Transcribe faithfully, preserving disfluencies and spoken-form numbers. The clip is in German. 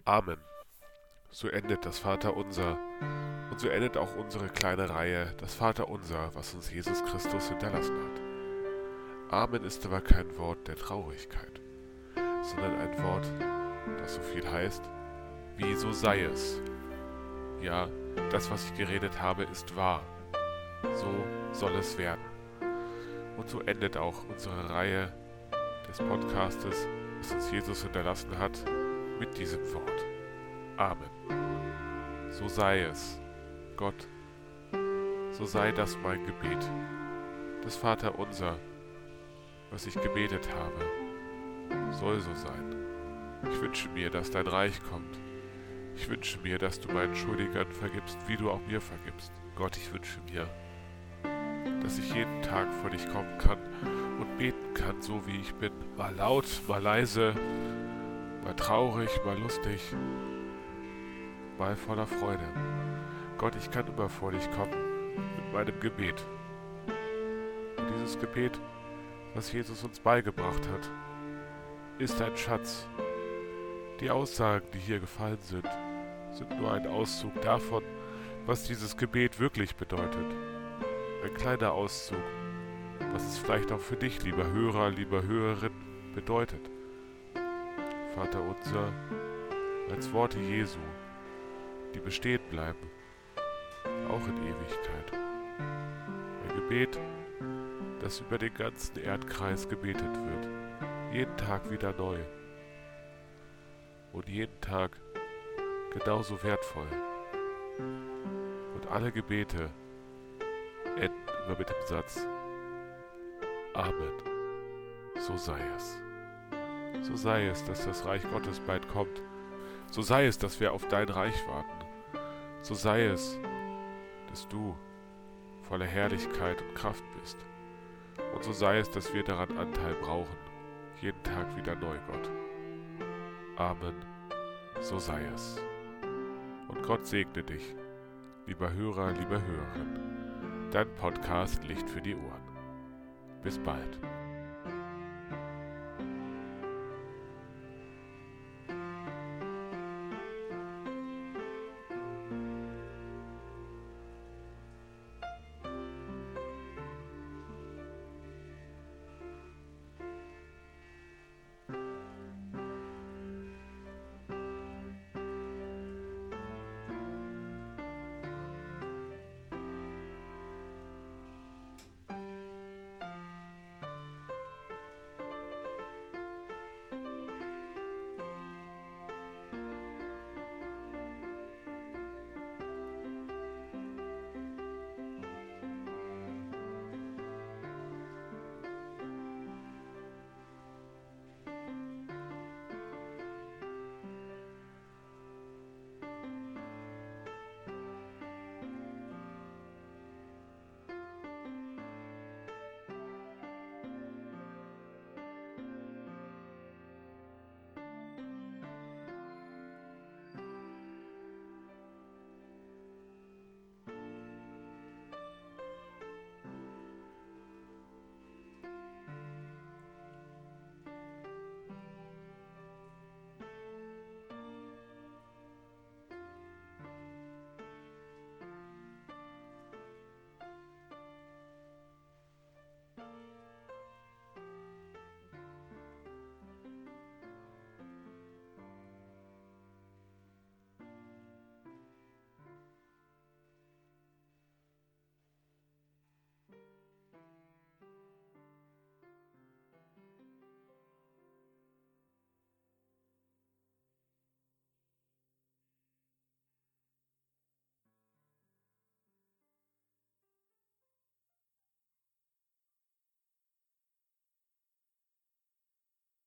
Amen. So endet das Vaterunser und so endet auch unsere kleine Reihe, das Vaterunser, was uns Jesus Christus hinterlassen hat. Amen ist aber kein Wort der Traurigkeit, sondern ein Wort, das so viel heißt, wie so sei es. Ja, das, was ich geredet habe, ist wahr. So soll es werden. Und so endet auch unsere Reihe des Podcastes, das uns Jesus hinterlassen hat, mit diesem Wort. Amen. So sei es, Gott, so sei das mein Gebet, das Vaterunser, was ich gebetet habe, soll so sein. Ich wünsche mir, dass dein Reich kommt. Ich wünsche mir, dass du meinen Schuldigern vergibst, wie du auch mir vergibst. Gott, ich wünsche mir, dass ich jeden Tag vor dich kommen kann und beten kann, so wie ich bin. Mal laut, mal leise, mal traurig, mal lustig, mal voller Freude. Gott, ich kann immer vor dich kommen mit meinem Gebet. Und dieses Gebet, was Jesus uns beigebracht hat, ist ein Schatz. Die Aussagen, die hier gefallen sind, sind nur ein Auszug davon, was dieses Gebet wirklich bedeutet. Ein kleiner Auszug, was es vielleicht auch für dich, lieber Hörer, lieber Hörerin, bedeutet. Vater unser, als Worte Jesu, die bestehen bleiben, auch in Ewigkeit. Ein Gebet, das über den ganzen Erdkreis gebetet wird, jeden Tag wieder neu und jeden Tag genauso wertvoll. Und alle Gebete enden immer mit dem Satz: Amen. So sei es. So sei es, dass das Reich Gottes bald kommt. So sei es, dass wir auf dein Reich warten. So sei es, dass du voller Herrlichkeit und Kraft bist. Und so sei es, dass wir daran Anteil brauchen. Jeden Tag wieder neu, Gott. Amen. So sei es. Und Gott segne dich, lieber Hörer, lieber Hörerin. Dein Podcast Licht für die Ohren. Bis bald.